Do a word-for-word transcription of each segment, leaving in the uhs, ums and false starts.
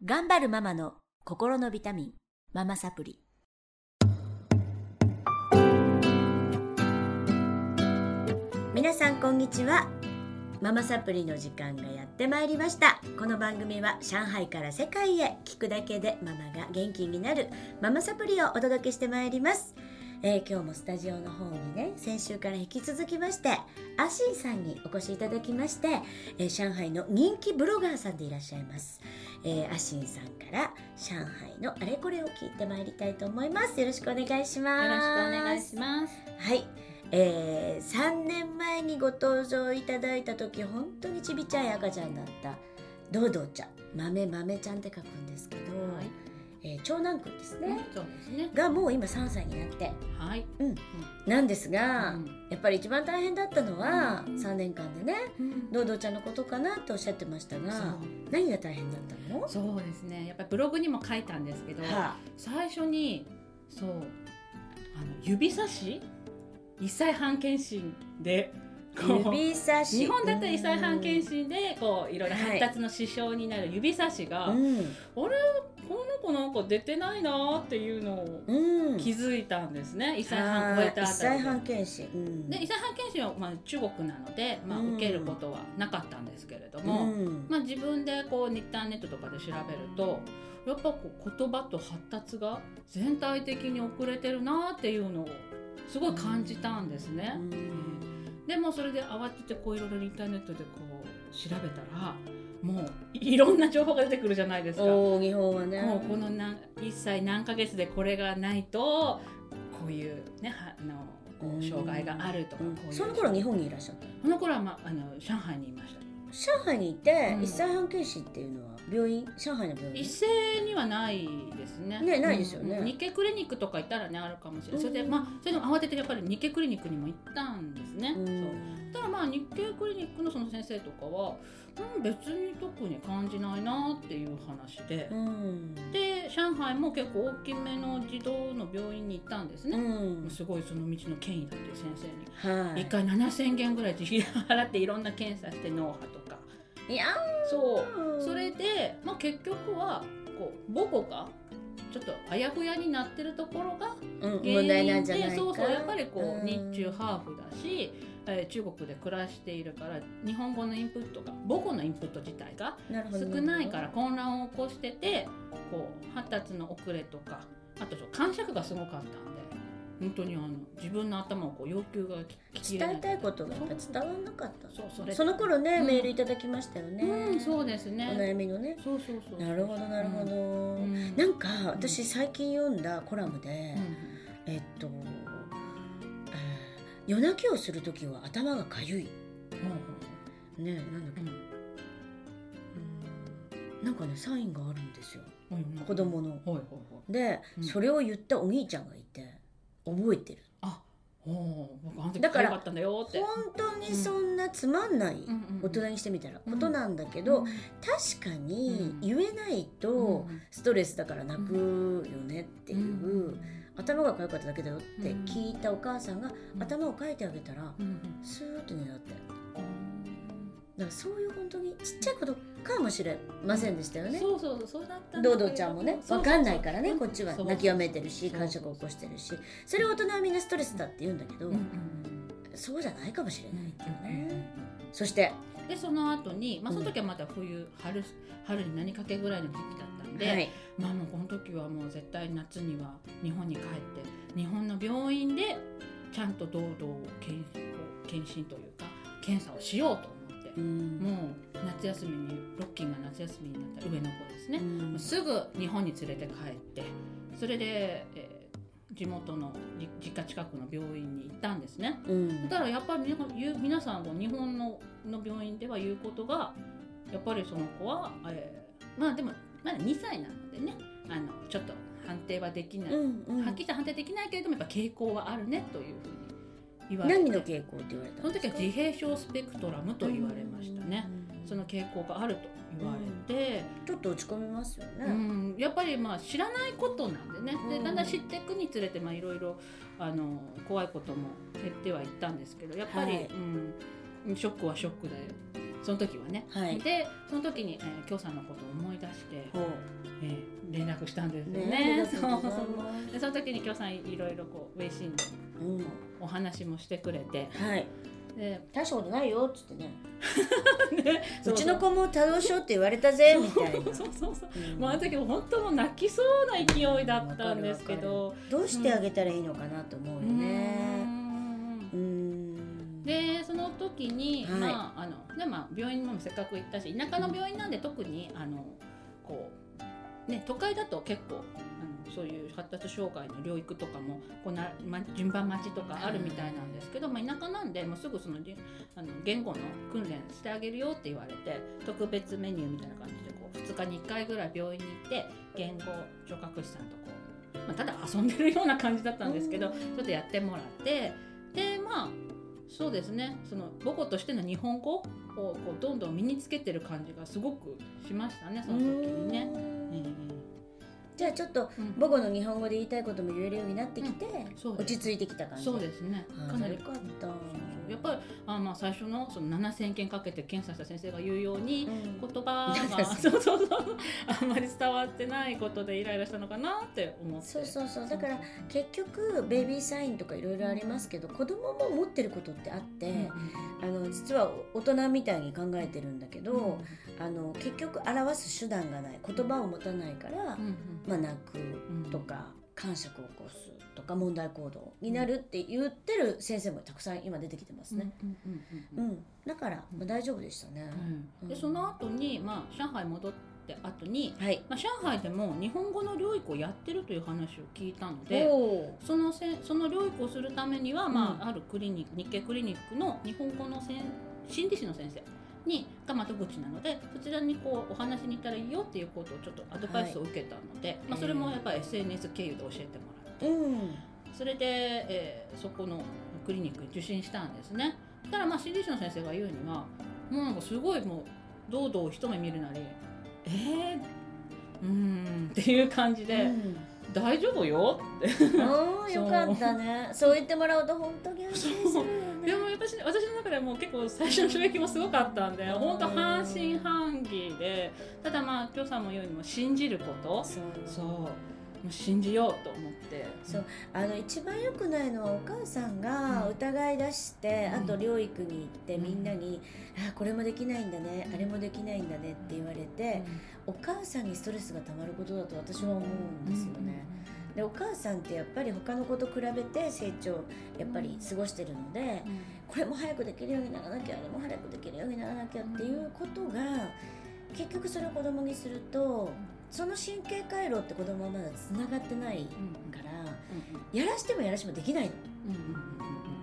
頑張るママの心のビタミン、ママサプリ。皆さんこんにちは。ママサプリの時間がやってまいりました。この番組は上海から世界へ聞くだけでママが元気になるママサプリをお届けしてまいります。えー、今日もスタジオの方にね、先週から引き続きましてアシンさんにお越しいただきまして、えー、上海の人気ブロガーさんでいらっしゃいます、えー、アシンさんから上海のあれこれを聞いてまいりたいと思います。よろしくお願いします。 よろしくお願いします。 はい、えー、さんねんまえにご登場いただいた時、本当にちびちゃい赤ちゃんだったドードーちゃん、豆豆ちゃんって書くんですけど、はい、えー、長男くんですね、うん、そうですね、がもう今さんさいになって、はい、うん、なんですが、うん、やっぱり一番大変だったのは、うん、さんねんかんでね、うん、ドードーちゃんのことかなっておっしゃってましたが、何が大変だったの？ そうですね、やっぱりブログにも書いたんですけど、はあ、最初にそうあの指差しいっさいはん検診で指差し、 日本だったらいっさいはん検診でこういろいろ発達の支障になる指差しが、はい、うん、あれこの子なんか出てないなっていうのを気づいたんですね、うん、いっさいはん超えたあたりで。いっさいはん検診、うん、でいっさいはん検診はまあ中国なので、まあ、受けることはなかったんですけれども、うん、まあ、自分でこうインターネットとかで調べるとやっぱこう言葉と発達が全体的に遅れてるなっていうのをすごい感じたんですね、うん、でもそれで慌ててこういろいろインターネットでこう調べたらもういろんな情報が出てくるじゃないですか。 お日本はね、 もうこの何いっさい何ヶ月でこれがないとこういうねあのこう障害があるとか、うん、こういうその頃日本にいらっしゃった？ その頃は、ま、あの上海にいました。 上海にいて、うん、いっさいはん検診っていうのは病院、上海の病院一斉にはないですね。 ね、ないですよね、 うん、日系クリニックとか行ったらねあるかもしれない、うん、それでまあそれでも慌ててやっぱり日系クリニックにも行ったんですね、うん、そうただまあ日系クリニックのその先生とかは、うん、別に特に感じないなっていう話で、うん、で上海も結構大きめの児童の病院に行ったんですね、うん、すごいその道の権威だっていう先生に、はい、いっかいななせんげんぐらい自費払っていろんな検査して脳波とか、 いやそうそれで、まあ、結局はこう母語がちょっとあやふやになってるところが原因で、うん、なんじゃないか、そうそうやっぱりこう日中ハーフだし、えー、中国で暮らしているから日本語のインプットが母語のインプット自体が少ないから混乱を起こしてて、こう発達の遅れとかあと感触がすごかったんで本当にあの自分の頭をこう要求が聞き伝えたいことがやっぱ伝わらなかった。 そうそれその頃ね、うん、メールいただきましたよね、 うん、そうですね、 お悩みのね。 そうそうそう、 なるほどなるほど、うん、なんか私最近読んだコラムで、うん、えっと夜泣きをするときは頭がかゆい、うん、ねえなんだっけ、うんうん、なんかねサインがあるんですよ、うん、子供の、はいはいはい、で、うん、それを言ったお兄ちゃんがいて覚えてる。 あ、お僕あの時かゆかったんだよって。 だから本当にそんなつまんない、うん、大人にしてみたらことなんだけど、うん、確かに言えないとストレスだから泣くよねっていう、うん、頭がかゆかっただけだよって聞いたお母さんが頭をかいてあげたら、うん、スーッとねだって、だからそういう本当にちっちゃいことかもしれませんでしたよね、 うん、そうそうそうだったんだけどドードーちゃんもね分かんないからね、こっちは泣きわめてるし感触を起こしてるし、それを大人はみんなストレスだって言うんだけど、うんうん、そうじゃないかもしれないっていうね、うんうんうん、そしてでその後に、まあ、その時はまだ冬、うん、春, 春になりかけぐらいの時期だったんで、はい、まあもうこの時はもう絶対夏には日本に帰って日本の病院でちゃんとドードーを検診というか検査をしようとうん、もう夏休みにロッキーが夏休みになった上の子ですね、うん、すぐ日本に連れて帰ってそれで、えー、地元の実家近くの病院に行ったんですね、うん、だからやっぱり皆さんも日本 の, の病院では言うことがやっぱりその子は、えー、まあでもまだにさいなのでねあのちょっと判定はできない、うんうん、はっきりと判定できないけれどもやっぱ傾向はあるねというふうに何の傾向って言われたんですか？ その時は自閉症スペクトラムと言われましたね、うん、その傾向があると言われて、 うん、ちょっと落ち込みますよね、 うん、やっぱりまあ知らないことなんでね、うん、でだんだん知っていくにつれていろいろ怖いことも減ってはいったんですけどやっぱり、はいうん、ショックはショックでその時はね、はい、でその時に、えー、京さんのことを思い出して絡したんですよね。 ね、 そうそうでその時にきょうさんいろいろこうウェイシンでお話もしてくれて、 うん、はい、で大したことないよっつってねね、うちの子も多動症って言われたぜみたいな。 そうそうそう、うん、もうあの時も本当もう泣きそうな勢いだったんですけど、 どうしてあげたらいいのかなと思うよね。 うん、うんでその時に、はい、まああのでまあ病院にもせっかく行ったし、田舎の病院なんで特にあのこうね都会だと結構あのそういう発達障害の療育とかもこうな、ま、順番待ちとかあるみたいなんですけど、まあ、田舎なんでもうすぐそのあの言語の訓練してあげるよって言われて、特別メニューみたいな感じでこうふつかにいっかいぐらい病院に行って言語聴覚士さんとこう、まあ、ただ遊んでるような感じだったんですけど、ちょっとやってもらって、でまあそうですね、その母語としての日本語をこうどんどん身につけてる感じがすごくしましたね、その時にね。えー、 じゃあちょっと母語の日本語で言いたいことも言えるようになってきて、うん、落ち着いてきた感じ。 そうですね、 かなりよかった。 やっぱりあまあ最初 の, そのななせんけんかけて検査した先生が言うように、うん、言葉がそうそうそうあんまり伝わってないことでイライラしたのかなって思って。 そうそうそう、だから結局ベイビーサインとかいろいろありますけど、子供も持ってることってあって、うん、あの実は大人みたいに考えてるんだけど、うん、あの結局表す手段がない、言葉を持たないから、うんまあ、泣くとか、感触を起こすとか問題行動になるって言ってる先生もたくさん今出てきてますね。だから、まあ、大丈夫でしたね。 うん、でその後に、まあ、上海戻って後に、はいまあ、上海でも日本語の療育をやってるという話を聞いたので、そのせその療育をするためには、まあ、うん、あるクリニック、日系クリニックの日本語のせん心理師の先生にが窓口なので、そちらにこうお話に行ったらいいよっていうことをちょっとアドバイスを受けたので、はいまあ、それもやっぱり エスエヌエス 経由で教えてもらって、うん、それで、えー、そこのクリニックに受診したんですね。そしたらまあ心理師の先生が言うには、もうなんかすごいもう堂々一目見るなりえーうーんっていう感じで、うん、大丈夫よってあよかったね。そう言ってもらうと本当に安心するよね。 でもやっぱり私の中でも結構最初の衝撃もすごかったんで、本当半信半疑で、ただまあきょうさんも言うようにも信じること、そうそうもう信じようと思って。 そうあの一番良くないのはお母さんが疑い出して、うん、あと療育に行ってみんなに、うん、あこれもできないんだね、あれもできないんだねって言われて、うん、お母さんにストレスがたまることだと私は思うんですよね。でお母さんってやっぱり他の子と比べて成長やっぱり過ごしてるので、うん、これも早くできるようにならなきゃ、あれも早くできるようにならなきゃっていうことが、結局それを子供にするとその神経回路って子供はまだつながってないから、うん、やらしてもやらしてもできないの、うん、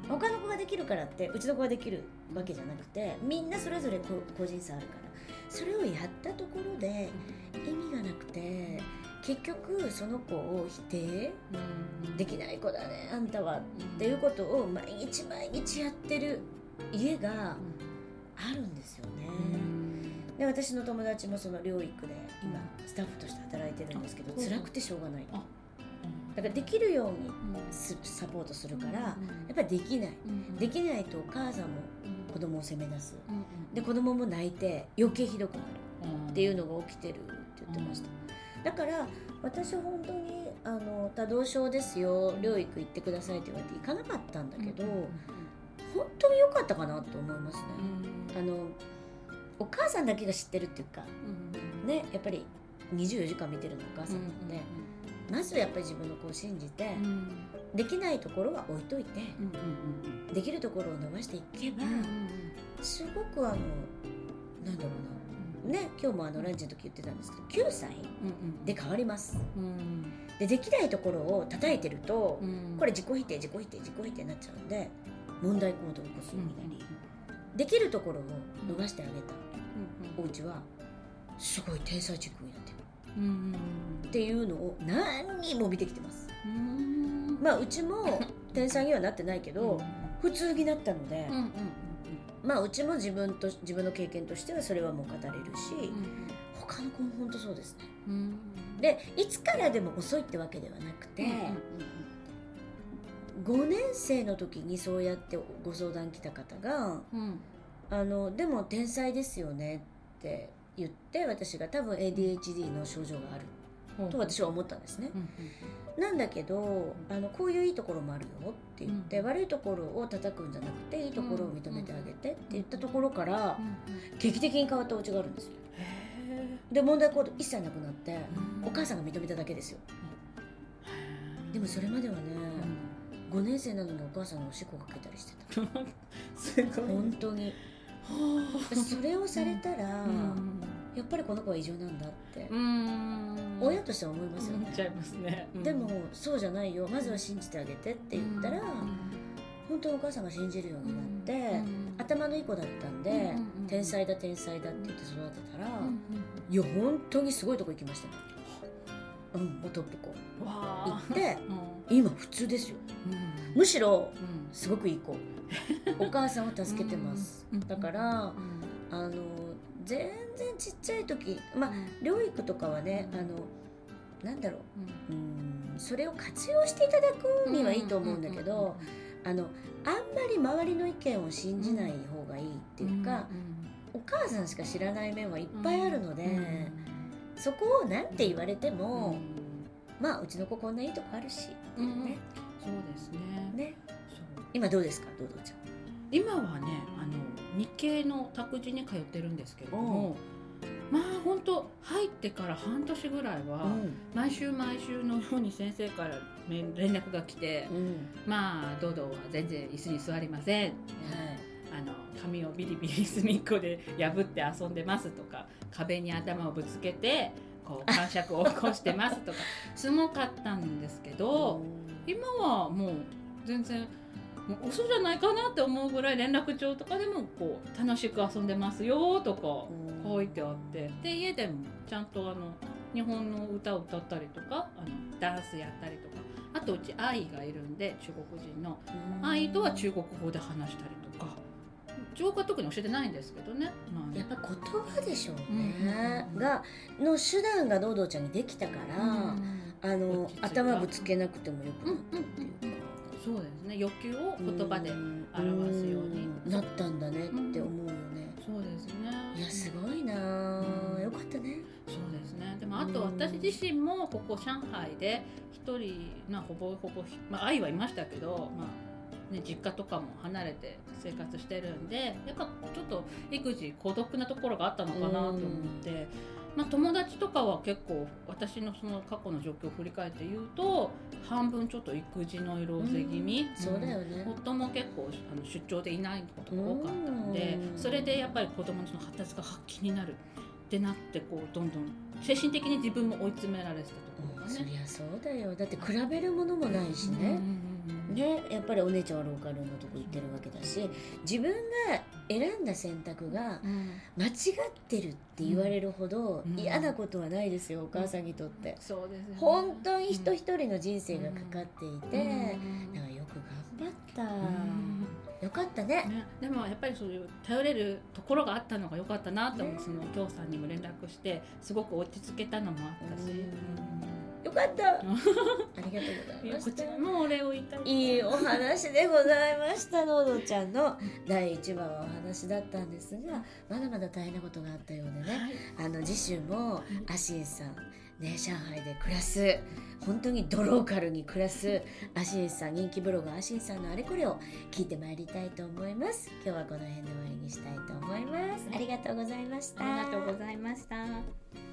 他の子ができるからってうちの子ができるわけじゃなくて、みんなそれぞれ個人差あるから、それをやったところで意味がなくて、結局その子を否定、うん、できない子だねあんたは、うん、っていうことを毎日毎日やってる家があるんですよね。うん、で私の友達もその療育で今スタッフとして働いてるんですけど、辛くてしょうがない。だからできるようにすサポートするから、やっぱりできない、できないとお母さんも子供を責め出す、で子供も泣いて余計ひどくなるっていうのが起きてるって言ってました。だから私は本当にあの多動症ですよ、療育行ってくださいって言われて行かなかったんだけど、本当に良かったかなと思いますね。あのお母さんだけが知ってるっていうか、ね、やっぱりにじゅうよじかん見てるのお母さんなので、まずやっぱり自分の子を信じて、できないところは置いといて、できるところを伸ばしていけば、すごくあのなんだろうなね、今日もあのランチの時言ってたんですけどきゅうさいで変わります、うんうん、で, できないところを叩いてると、うん、これ自己否定自己否定自己否定になっちゃうんで問題行動を起こすようになり、うん、できるところを伸ばしてあげた、うん、お家はすごい天才チックになってる、うん、っていうのを何人も見てきてます、うん、まあうちも天才にはなってないけど、うん、普通になったので、うんうんまあ、うちも自分と自分の経験としてはそれはもう語れるし、うん、他の子も本当そうですね、うん、でいつからでも遅いってわけではなくて、うんうんうん、ごねん生の時にそうやってご相談来た方が、うん、あのでも天才ですよねって言って、私が多分 エーディーエイチディー の症状があると私は思ったんですね、 うんうんなんだけどあのこういういいところもあるよって言って、うん、悪いところを叩くんじゃなくていいところを認めてあげてって言ったところから、うんうん、劇的に変わったお家があるんですよ。へで問題行動一切なくなって、うん、お母さんが認めただけですよ。でもそれまではね、うん、ごねん生なのにお母さんのおしっこかけたりしてたすごい本当にそれをされたら、うん、やっぱりこの子は異常なんだってうん親としては思いますよね。 思っちゃいますね、うん、 でもそうじゃないよまずは信じてあげてって言ったら、うん、本当にお母さんが信じるようになって、うん、頭のいい子だったんで、うん、天才だ天才だって言って育てたら、うん、いや本当にすごいとこ行きましたね。うん、もうトップ校行って、うん、今普通ですよ、うん、むしろ、うん、すごくいい子お母さんを助けてます、うん、だから、うん、あの全然ちっちゃい時まあ、うん、療育とかはね、うん、あのなんだろう、うん、それを活用していただくにはいいと思うんだけど、あのあんまり周りの意見を信じない方がいいっていうか、うん、お母さんしか知らない面はいっぱいあるので、うん、そこをなんて言われても、うん、まあうちの子こんないいとこあるし、 うん、ね、そうですね。 ね、そう今どうですか、どうどうちゃん。 今はね、あの日系の託児に通ってるんですけれども、まあ本当入ってから半年ぐらいは、うん、毎週毎週のように先生から連絡が来て、うん、まあドドは全然椅子に座りません、はい、あの髪をビリビリ隅っこで破って遊んでますとか、壁に頭をぶつけてこう癇癪を起こしてますとかすごかったんですけど、今はもう全然もう嘘じゃないかなって思うぐらい連絡帳とかでもこう楽しく遊んでますよとか書いてあって、で家でもちゃんとあの日本の歌を歌ったりとかあのダンスやったりとか、あとうち愛がいるんで中国人の愛とは中国語で話したりとか、中国は特に教えてないんですけどね、まあ、 やっぱ言葉でしょうね、うん、がの手段がドドちゃんにできたから、うん、あの頭ぶつけなくてもよくなったっていうか、うんうん、 そうですね、欲求を言葉で表すようになったんだねって思うよね、 うん、そうですね。 いやすごいな、うん、よかったね。 そうですね。でもあと私自身もここ上海で一人、まあ、ほぼほぼ、まあ、愛はいましたけど、まあね、実家とかも離れて生活してるんで、やっぱちょっと育児孤独なところがあったのかなと思って、まあ、友達とかは結構私のその過去の状況を振り返って言うと半分ちょっと育児の色ぜ気味、 うん、そうだよね。 夫も結構あの出張でいないことが多かったので、それでやっぱり子供のその発達が発揮になるってなって、こうどんどん精神的に自分も追い詰められてたところがね、 うん、そりゃそうだよ。だって比べるものもないしね、でやっぱりお姉ちゃんはローカルのとこ行ってるわけだし、自分が選んだ選択が間違ってるって言われるほど嫌なことはないですよ、お母さんにとって、 うん、そうですね。 本当に人一人の人生がかかっていて、だからよく頑張った、うん、よかった ね, ねでもやっぱりそういう頼れるところがあったのがよかったなと思う、ね、そのお父さんにも連絡してすごく落ち着けたのもあったし、うんよかったありがとうございました。 こちらもお礼を言いたい。 いいお話でございましたのどちゃんのだいいちわはお話だったんですが、まだまだ大変なことがあったようでね、はい、あの次週もアシンさん、ね、上海で暮らす本当にドローカルに暮らすアシンさん、人気ブロガーアシンさんのあれこれを聞いてまいりたいと思います。今日はこの辺で終わりにしたいと思います。ありがとうございました。 ありがとうございました。